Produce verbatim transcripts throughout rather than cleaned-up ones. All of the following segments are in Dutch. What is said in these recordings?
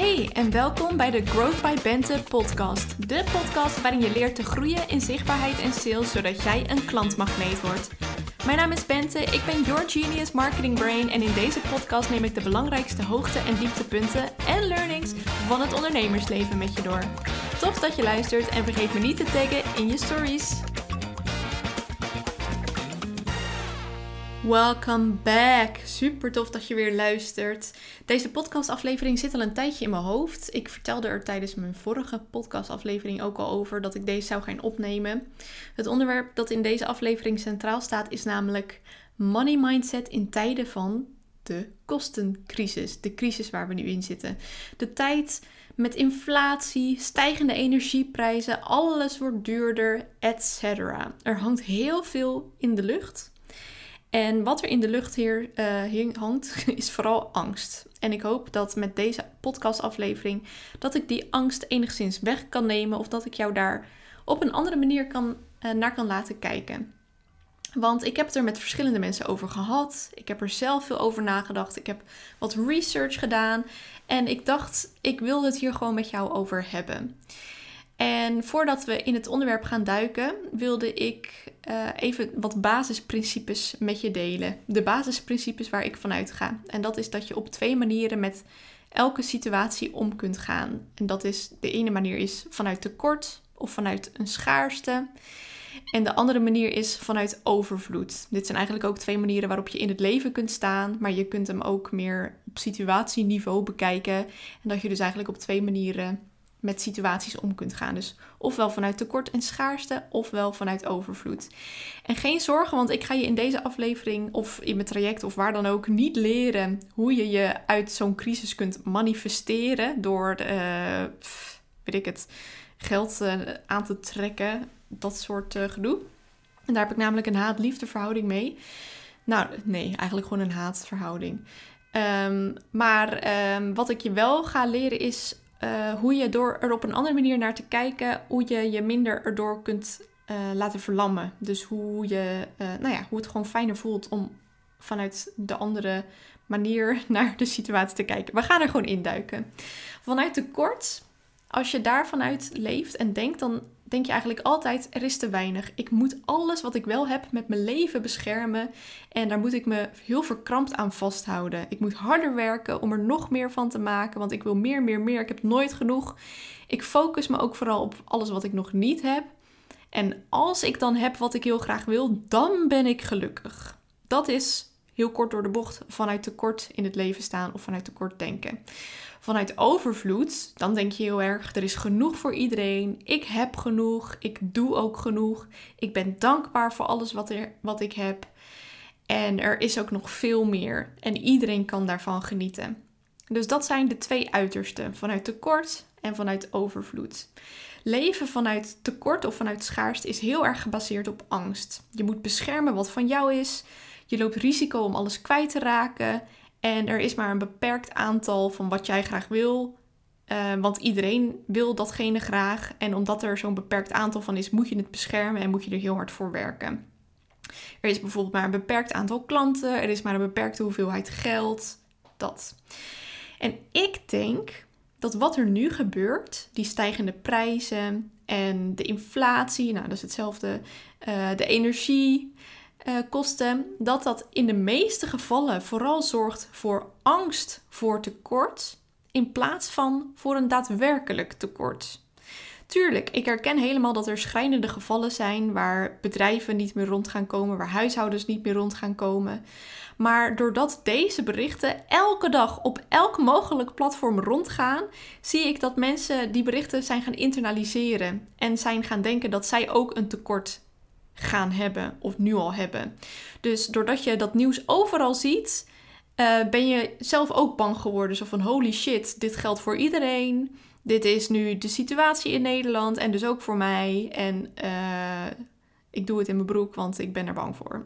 Hey en welkom bij de Growth by Bente podcast. De podcast waarin je leert te groeien in zichtbaarheid en sales, zodat jij een klantmagneet wordt. Mijn naam is Bente, ik ben your genius marketing brain en in deze podcast neem ik de belangrijkste hoogte- en dieptepunten en learnings van het ondernemersleven met je door. Tof dat je luistert en vergeet me niet te taggen in je stories. Welcome back. Super tof dat je weer luistert. Deze podcastaflevering zit al een tijdje in mijn hoofd. Ik vertelde er tijdens mijn vorige podcastaflevering ook al over dat ik deze zou gaan opnemen. Het onderwerp dat in deze aflevering centraal staat is namelijk money mindset in tijden van de kostencrisis. De crisis waar we nu in zitten. De tijd met inflatie, stijgende energieprijzen, alles wordt duurder, et cetera. Er hangt heel veel in de lucht. En wat er in de lucht hier uh, hangt, is vooral angst. En ik hoop dat met deze podcastaflevering dat ik die angst enigszins weg kan nemen. Of dat ik jou daar op een andere manier kan, uh, naar kan laten kijken. Want ik heb het er met verschillende mensen over gehad. Ik heb er zelf veel over nagedacht. Ik heb wat research gedaan. En ik dacht, ik wil het hier gewoon met jou over hebben. En voordat we in het onderwerp gaan duiken, wilde ik uh, even wat basisprincipes met je delen. De basisprincipes waar ik vanuit ga. En dat is dat je op twee manieren met elke situatie om kunt gaan. En dat is, de ene manier is vanuit tekort of vanuit een schaarste. En de andere manier is vanuit overvloed. Dit zijn eigenlijk ook twee manieren waarop je in het leven kunt staan. Maar je kunt hem ook meer op situatieniveau bekijken. En dat je dus eigenlijk op twee manieren met situaties om kunt gaan. Dus ofwel vanuit tekort en schaarste, ofwel vanuit overvloed. En geen zorgen, want ik ga je in deze aflevering of in mijn traject of waar dan ook niet leren hoe je je uit zo'n crisis kunt manifesteren door, uh, weet ik het, geld uh, aan te trekken. Dat soort uh, gedoe. En daar heb ik namelijk een haat-liefde verhouding mee. Nou, nee, eigenlijk gewoon een haatverhouding. Um, maar um, wat ik je wel ga leren is Uh, hoe je door er op een andere manier naar te kijken, hoe je je minder erdoor kunt uh, laten verlammen. Dus hoe, je, uh, nou ja, hoe het gewoon fijner voelt om vanuit de andere manier naar de situatie te kijken. We gaan er gewoon induiken. Vanuit tekort, als je daar vanuit leeft en denkt, dan denk je eigenlijk altijd, er is te weinig. Ik moet alles wat ik wel heb met mijn leven beschermen. En daar moet ik me heel verkrampt aan vasthouden. Ik moet harder werken om er nog meer van te maken. Want ik wil meer, meer, meer. Ik heb nooit genoeg. Ik focus me ook vooral op alles wat ik nog niet heb. En als ik dan heb wat ik heel graag wil, dan ben ik gelukkig. Dat is heel kort door de bocht vanuit tekort in het leven staan of vanuit tekort denken. Vanuit overvloed, dan denk je heel erg, er is genoeg voor iedereen. Ik heb genoeg, ik doe ook genoeg. Ik ben dankbaar voor alles wat, er, wat ik heb. En er is ook nog veel meer. En iedereen kan daarvan genieten. Dus dat zijn de twee uitersten, vanuit tekort en vanuit overvloed. Leven vanuit tekort of vanuit schaarste is heel erg gebaseerd op angst. Je moet beschermen wat van jou is. Je loopt risico om alles kwijt te raken. En er is maar een beperkt aantal van wat jij graag wil. Uh, want iedereen wil datgene graag. En omdat er zo'n beperkt aantal van is, moet je het beschermen en moet je er heel hard voor werken. Er is bijvoorbeeld maar een beperkt aantal klanten. Er is maar een beperkte hoeveelheid geld. Dat. En ik denk dat wat er nu gebeurt, die stijgende prijzen en de inflatie, nou dat is hetzelfde, uh, de energie... Uh, kosten, dat dat in de meeste gevallen vooral zorgt voor angst voor tekort in plaats van voor een daadwerkelijk tekort. Tuurlijk, ik herken helemaal dat er schrijnende gevallen zijn waar bedrijven niet meer rond gaan komen, waar huishoudens niet meer rond gaan komen. Maar doordat deze berichten elke dag op elk mogelijk platform rondgaan, zie ik dat mensen die berichten zijn gaan internaliseren en zijn gaan denken dat zij ook een tekort gaan hebben of nu al hebben. Dus doordat je dat nieuws overal ziet, uh, ben je zelf ook bang geworden. Zo van holy shit, dit geldt voor iedereen. Dit is nu de situatie in Nederland en dus ook voor mij. En uh, ik doe het in mijn broek, want ik ben er bang voor.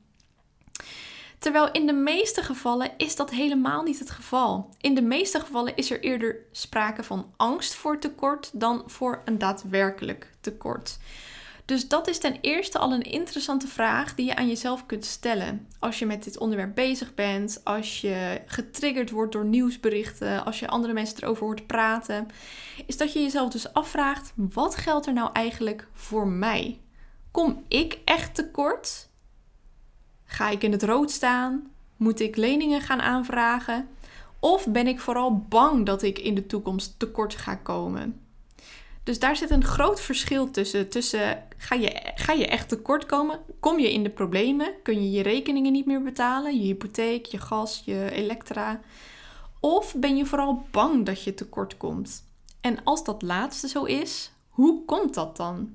Terwijl in de meeste gevallen is dat helemaal niet het geval. In de meeste gevallen is er eerder sprake van angst voor tekort dan voor een daadwerkelijk tekort. Dus dat is ten eerste al een interessante vraag die je aan jezelf kunt stellen. Als je met dit onderwerp bezig bent, als je getriggerd wordt door nieuwsberichten, als je andere mensen erover hoort praten, is dat je jezelf dus afvraagt, wat geldt er nou eigenlijk voor mij? Kom ik echt tekort? Ga ik in het rood staan? Moet ik leningen gaan aanvragen? Of ben ik vooral bang dat ik in de toekomst tekort ga komen? Dus daar zit een groot verschil tussen. tussen ga, je, ga je echt tekort komen? Kom je in de problemen? Kun je je rekeningen niet meer betalen? Je hypotheek, je gas, je elektra? Of ben je vooral bang dat je tekort komt? En als dat laatste zo is, hoe komt dat dan?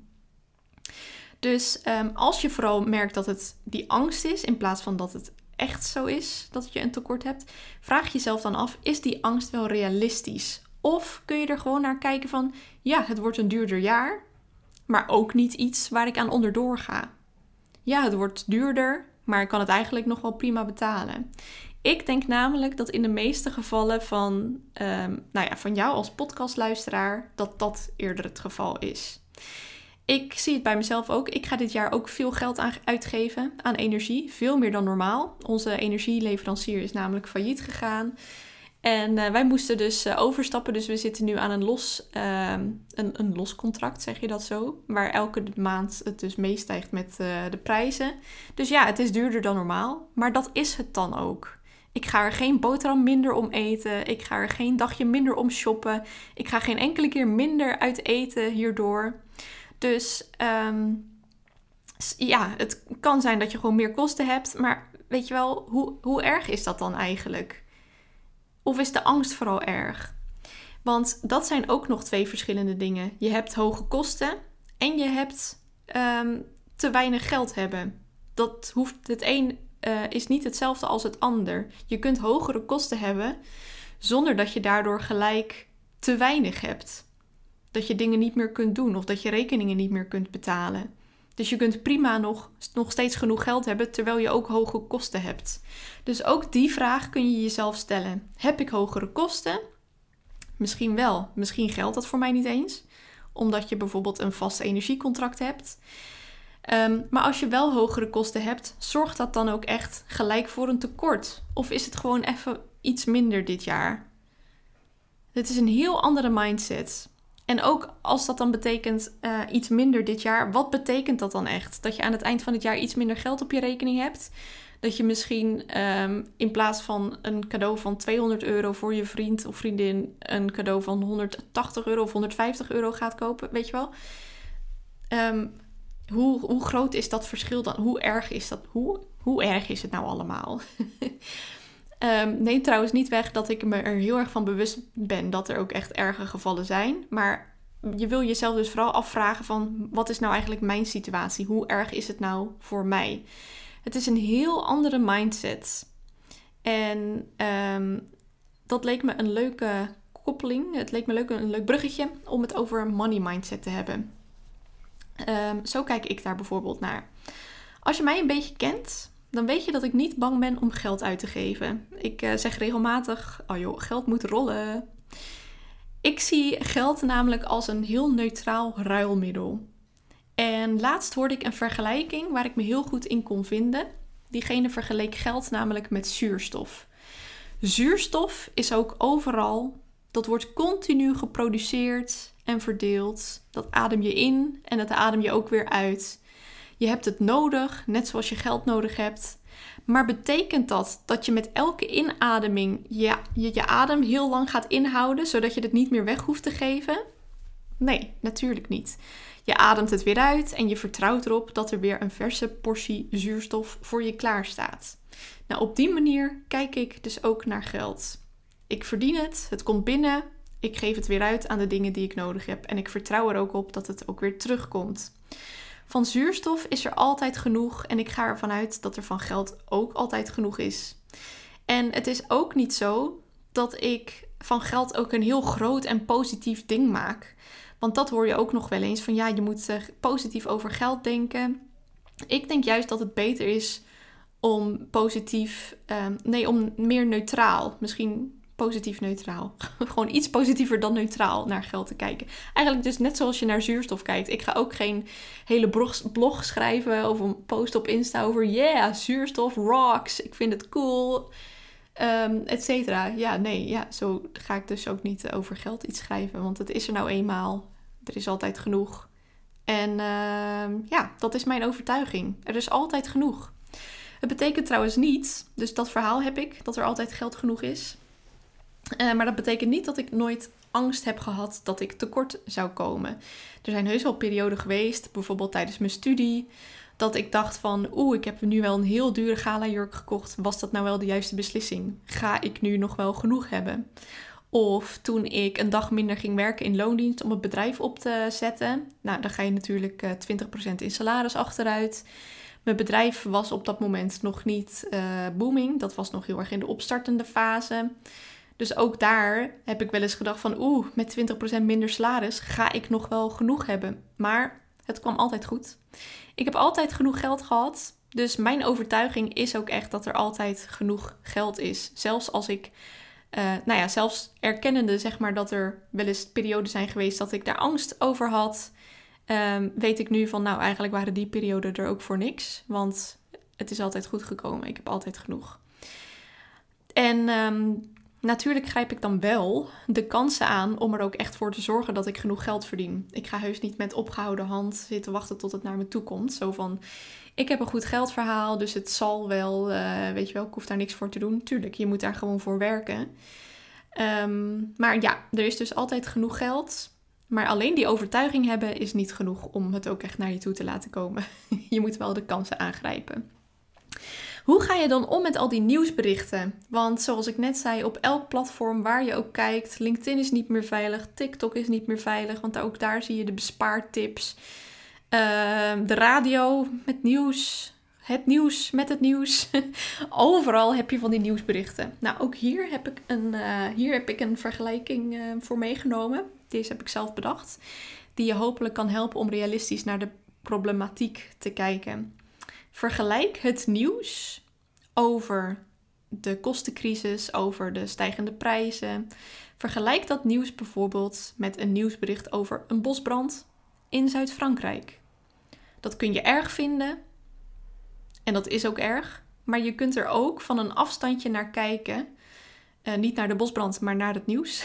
Dus um, als je vooral merkt dat het die angst is, in plaats van dat het echt zo is dat je een tekort hebt, vraag jezelf dan af, is die angst wel realistisch? Of kun je er gewoon naar kijken van, ja, het wordt een duurder jaar, maar ook niet iets waar ik aan onderdoor ga. Ja, het wordt duurder, maar ik kan het eigenlijk nog wel prima betalen. Ik denk namelijk dat in de meeste gevallen van, um, nou ja, van jou als podcastluisteraar, dat dat eerder het geval is. Ik zie het bij mezelf ook. Ik ga dit jaar ook veel geld aan uitgeven aan energie. Veel meer dan normaal. Onze energieleverancier is namelijk failliet gegaan. En uh, wij moesten dus uh, overstappen. Dus we zitten nu aan een los, uh, een, een los contract, zeg je dat zo. Waar elke maand het dus meestijgt met uh, de prijzen. Dus ja, het is duurder dan normaal. Maar dat is het dan ook. Ik ga er geen boterham minder om eten. Ik ga er geen dagje minder om shoppen. Ik ga geen enkele keer minder uit eten hierdoor. Dus um, ja, het kan zijn dat je gewoon meer kosten hebt. Maar weet je wel, hoe, hoe erg is dat dan eigenlijk? Of is de angst vooral erg? Want dat zijn ook nog twee verschillende dingen. Je hebt hoge kosten en je hebt um, te weinig geld hebben. Dat hoeft, het een uh, is niet hetzelfde als het ander. Je kunt hogere kosten hebben zonder dat je daardoor gelijk te weinig hebt. Dat je dingen niet meer kunt doen of dat je rekeningen niet meer kunt betalen. Dus je kunt prima nog, nog steeds genoeg geld hebben terwijl je ook hoge kosten hebt. Dus ook die vraag kun je jezelf stellen. Heb ik hogere kosten? Misschien wel. Misschien geldt dat voor mij niet eens. Omdat je bijvoorbeeld een vast energiecontract hebt. Um, maar als je wel hogere kosten hebt, zorgt dat dan ook echt gelijk voor een tekort? Of is het gewoon even iets minder dit jaar? Het is een heel andere mindset. En ook als dat dan betekent uh, iets minder dit jaar, wat betekent dat dan echt? Dat je aan het eind van het jaar iets minder geld op je rekening hebt? Dat je misschien um, in plaats van een cadeau van tweehonderd euro voor je vriend of vriendin een cadeau van honderdtachtig euro of honderdvijftig euro gaat kopen, weet je wel? Um, hoe, hoe groot is dat verschil dan? Hoe erg is dat? Hoe, hoe erg is het nou allemaal? Um, neem trouwens niet weg dat ik me er heel erg van bewust ben dat er ook echt erge gevallen zijn. Maar je wil jezelf dus vooral afvragen van, wat is nou eigenlijk mijn situatie? Hoe erg is het nou voor mij? Het is een heel andere mindset. En um, dat leek me een leuke koppeling. Het leek me leuk, een leuk bruggetje om het over money mindset te hebben. Um, zo kijk ik daar bijvoorbeeld naar. Als je mij een beetje kent, dan weet je dat ik niet bang ben om geld uit te geven. Ik uh, zeg regelmatig, oh joh, geld moet rollen. Ik zie geld namelijk als een heel neutraal ruilmiddel. En laatst hoorde ik een vergelijking waar ik me heel goed in kon vinden. Diegene vergeleek geld namelijk met zuurstof. Zuurstof is ook overal. Dat wordt continu geproduceerd en verdeeld. Dat adem je in en dat adem je ook weer uit. Je hebt het nodig, net zoals je geld nodig hebt. Maar betekent dat dat je met elke inademing je, je, je adem heel lang gaat inhouden, zodat je het niet meer weg hoeft te geven? Nee, natuurlijk niet. Je ademt het weer uit en je vertrouwt erop dat er weer een verse portie zuurstof voor je klaar staat. Nou, op die manier kijk ik dus ook naar geld. Ik verdien het, het komt binnen, ik geef het weer uit aan de dingen die ik nodig heb. En ik vertrouw er ook op dat het ook weer terugkomt. Van zuurstof is er altijd genoeg en ik ga ervan uit dat er van geld ook altijd genoeg is. En het is ook niet zo dat ik van geld ook een heel groot en positief ding maak. Want dat hoor je ook nog wel eens van ja, je moet positief over geld denken. Ik denk juist dat het beter is om positief, um, nee, om meer neutraal. Misschien positief neutraal. Gewoon iets positiever dan neutraal naar geld te kijken. Eigenlijk dus net zoals je naar zuurstof kijkt. Ik ga ook geen hele blog, blog schrijven of een post op Insta over yeah, zuurstof rocks. Ik vind het cool. Um, et cetera. Ja, nee, ja, zo ga ik dus ook niet over geld iets schrijven. Want het is er nou eenmaal. Er is altijd genoeg. En uh, ja, dat is mijn overtuiging. Er is altijd genoeg. Het betekent trouwens niet, dus dat verhaal heb ik, dat er altijd geld genoeg is. Uh, maar dat betekent niet dat ik nooit angst heb gehad dat ik tekort zou komen. Er zijn heus wel perioden geweest, bijvoorbeeld tijdens mijn studie, dat ik dacht van, oeh, ik heb nu wel een heel dure galajurk gekocht. Was dat nou wel de juiste beslissing? Ga ik nu nog wel genoeg hebben? Of toen ik een dag minder ging werken in loondienst om het bedrijf op te zetten. Nou, dan ga je natuurlijk uh, twintig procent in salaris achteruit. Mijn bedrijf was op dat moment nog niet uh, booming. Dat was nog heel erg in de opstartende fase. Dus ook daar heb ik wel eens gedacht van, oeh, met twintig procent minder salaris ga ik nog wel genoeg hebben. Maar het kwam altijd goed. Ik heb altijd genoeg geld gehad. Dus mijn overtuiging is ook echt dat er altijd genoeg geld is. Zelfs als ik, uh, nou ja, zelfs erkennende zeg maar dat er wel eens perioden zijn geweest dat ik daar angst over had. Um, weet ik nu van, nou eigenlijk waren die perioden er ook voor niks. Want het is altijd goed gekomen. Ik heb altijd genoeg. En um, natuurlijk grijp ik dan wel de kansen aan om er ook echt voor te zorgen dat ik genoeg geld verdien. Ik ga heus niet met opgehouden hand zitten wachten tot het naar me toe komt. Zo van, ik heb een goed geldverhaal, dus het zal wel, uh, weet je wel, ik hoef daar niks voor te doen. Tuurlijk, je moet daar gewoon voor werken. Um, maar ja, er is dus altijd genoeg geld. Maar alleen die overtuiging hebben is niet genoeg om het ook echt naar je toe te laten komen. Je moet wel de kansen aangrijpen. Hoe ga je dan om met al die nieuwsberichten? Want zoals ik net zei, op elk platform waar je ook kijkt, LinkedIn is niet meer veilig, TikTok is niet meer veilig, want ook daar zie je de bespaartips. Uh, de radio met nieuws, het nieuws met het nieuws. Overal heb je van die nieuwsberichten. Nou, ook hier heb ik een, uh, hier heb ik een vergelijking uh, voor meegenomen. Deze heb ik zelf bedacht. Die je hopelijk kan helpen om realistisch naar de problematiek te kijken. Vergelijk het nieuws over de kostencrisis, over de stijgende prijzen. Vergelijk dat nieuws bijvoorbeeld met een nieuwsbericht over een bosbrand in Zuid-Frankrijk. Dat kun je erg vinden. En dat is ook erg. Maar je kunt er ook van een afstandje naar kijken. Uh, niet naar de bosbrand, maar naar het nieuws.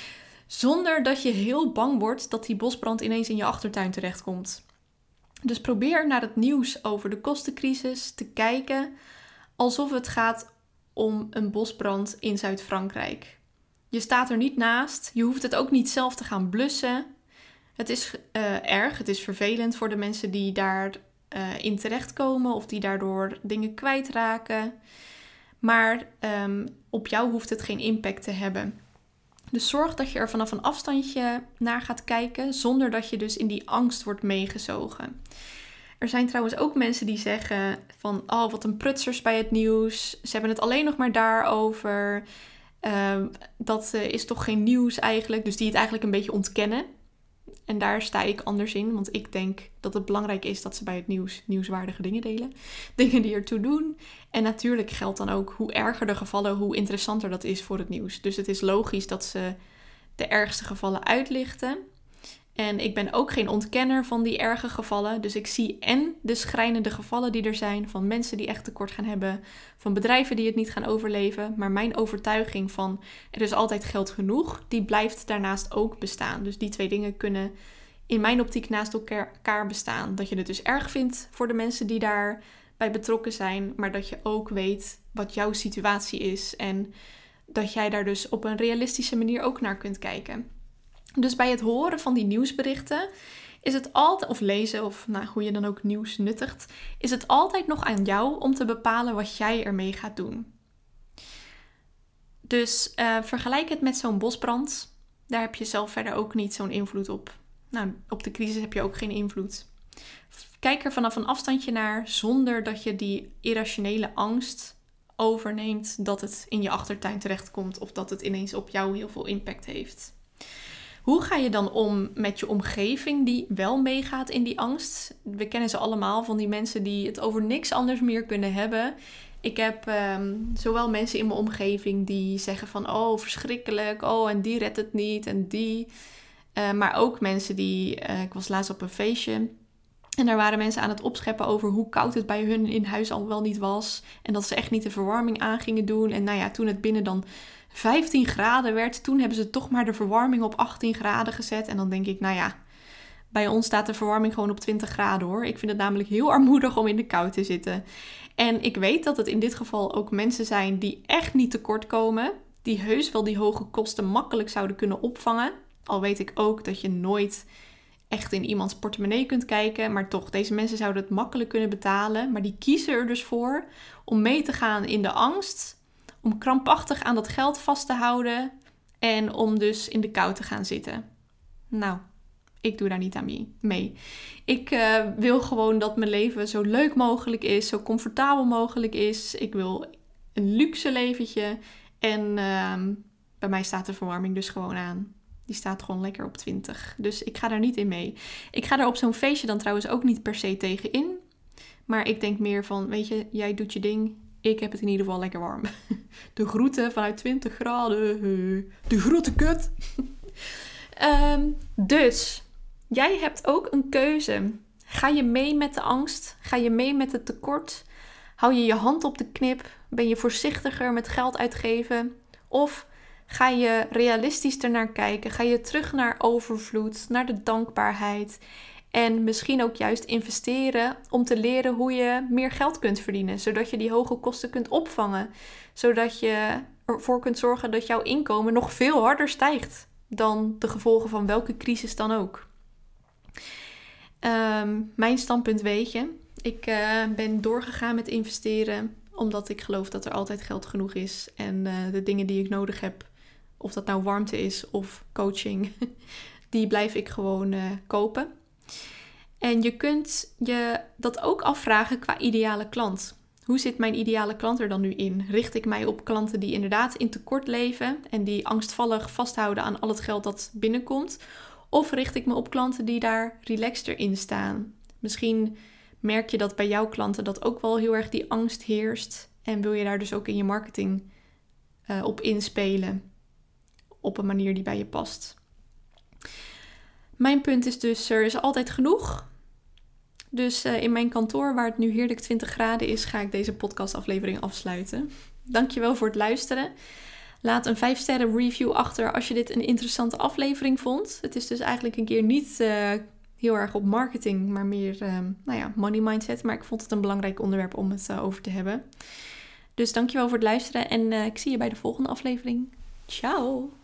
Zonder dat je heel bang wordt dat die bosbrand ineens in je achtertuin terechtkomt. Dus probeer naar het nieuws over de kostencrisis te kijken alsof het gaat om een bosbrand in Zuid-Frankrijk. Je staat er niet naast, je hoeft het ook niet zelf te gaan blussen. Het is uh, erg, het is vervelend voor de mensen die daarin uh, terechtkomen of die daardoor dingen kwijtraken. Maar um, op jou hoeft het geen impact te hebben. Dus zorg dat je er vanaf een afstandje naar gaat kijken, zonder dat je dus in die angst wordt meegezogen. Er zijn trouwens ook mensen die zeggen van, oh wat een prutsers bij het nieuws. Ze hebben het alleen nog maar daarover. Uh, dat uh, is toch geen nieuws eigenlijk. Dus die het eigenlijk een beetje ontkennen. En daar sta ik anders in, want ik denk dat het belangrijk is dat ze bij het nieuws nieuwswaardige dingen delen. Dingen die ertoe doen. En natuurlijk geldt dan ook hoe erger de gevallen, hoe interessanter dat is voor het nieuws. Dus het is logisch dat ze de ergste gevallen uitlichten. En ik ben ook geen ontkenner van die erge gevallen. Dus ik zie en de schrijnende gevallen die er zijn van mensen die echt tekort gaan hebben. Van bedrijven die het niet gaan overleven. Maar mijn overtuiging van er is altijd geld genoeg, die blijft daarnaast ook bestaan. Dus die twee dingen kunnen in mijn optiek naast elkaar bestaan. Dat je het dus erg vindt voor de mensen die daarbij betrokken zijn. Maar dat je ook weet wat jouw situatie is. En dat jij daar dus op een realistische manier ook naar kunt kijken. Dus bij het horen van die nieuwsberichten is het altijd, of lezen, of nou, hoe je dan ook nieuws nuttigt, is het altijd nog aan jou om te bepalen wat jij ermee gaat doen. Dus uh, vergelijk het met zo'n bosbrand. Daar heb je zelf verder ook niet zo'n invloed op. Nou, op de crisis heb je ook geen invloed. Kijk er vanaf een afstandje naar, zonder dat je die irrationele angst overneemt dat het in je achtertuin terechtkomt of dat het ineens op jou heel veel impact heeft. Hoe ga je dan om met je omgeving die wel meegaat in die angst? We kennen ze allemaal, van die mensen die het over niks anders meer kunnen hebben. Ik heb um, zowel mensen in mijn omgeving die zeggen van... oh, verschrikkelijk, oh, en die redt het niet en die... Uh, maar ook mensen die... Uh, ik was laatst op een feestje... En daar waren mensen aan het opscheppen over hoe koud het bij hun in huis al wel niet was. En dat ze echt niet de verwarming aan gingen doen. En nou ja, toen het binnen dan vijftien graden werd... toen hebben ze toch maar de verwarming op achttien graden gezet. En dan denk ik, nou ja... bij ons staat de verwarming gewoon op twintig graden hoor. Ik vind het namelijk heel armoedig om in de kou te zitten. En ik weet dat het in dit geval ook mensen zijn die echt niet tekort komen. Die heus wel die hoge kosten makkelijk zouden kunnen opvangen. Al weet ik ook dat je nooit echt in iemands portemonnee kunt kijken. Maar toch, deze mensen zouden het makkelijk kunnen betalen. Maar die kiezen er dus voor om mee te gaan in de angst. Om krampachtig aan dat geld vast te houden. En om dus in de kou te gaan zitten. Nou... Ik doe daar niet aan mee. Ik uh, wil gewoon dat mijn leven zo leuk mogelijk is, zo comfortabel mogelijk is. Ik wil een luxe leventje. En uh, bij mij staat de verwarming dus gewoon aan. Die staat gewoon lekker op twintig. Dus ik ga daar niet in mee. Ik ga er op zo'n feestje dan trouwens ook niet per se tegen in. Maar ik denk meer van, weet je, jij doet je ding. Ik heb het in ieder geval lekker warm. De groeten vanuit twintig graden. De groeten kut. um, dus... Jij hebt ook een keuze. Ga je mee met de angst? Ga je mee met het tekort? Hou je je hand op de knip? Ben je voorzichtiger met geld uitgeven? Of ga je realistisch ernaar kijken? Ga je terug naar overvloed, naar de dankbaarheid? En misschien ook juist investeren om te leren hoe je meer geld kunt verdienen. Zodat je die hoge kosten kunt opvangen. Zodat je ervoor kunt zorgen dat jouw inkomen nog veel harder stijgt dan de gevolgen van welke crisis dan ook. Um, mijn standpunt weet je. Ik uh, ben doorgegaan met investeren. Omdat ik geloof dat er altijd geld genoeg is. En uh, de dingen die ik nodig heb. Of dat nou warmte is of coaching. Die blijf ik gewoon uh, kopen. En je kunt je dat ook afvragen qua ideale klant. Hoe zit mijn ideale klant er dan nu in? Richt ik mij op klanten die inderdaad in tekort leven. En die angstvallig vasthouden aan al het geld dat binnenkomt. Of richt ik me op klanten die daar relaxter in staan? Misschien merk je dat bij jouw klanten dat ook wel heel erg die angst heerst. En wil je daar dus ook in je marketing uh, op inspelen. Op een manier die bij je past. Mijn punt is dus, er is altijd genoeg. Dus uh, in mijn kantoor, waar het nu heerlijk twintig graden is, ga ik deze podcastaflevering afsluiten. Dankjewel voor het luisteren. Laat een vijf sterren review achter als je dit een interessante aflevering vond. Het is dus eigenlijk een keer niet uh, heel erg op marketing, maar meer uh, nou ja, money mindset. Maar ik vond het een belangrijk onderwerp om het uh, over te hebben. Dus dankjewel voor het luisteren en uh, ik zie je bij de volgende aflevering. Ciao!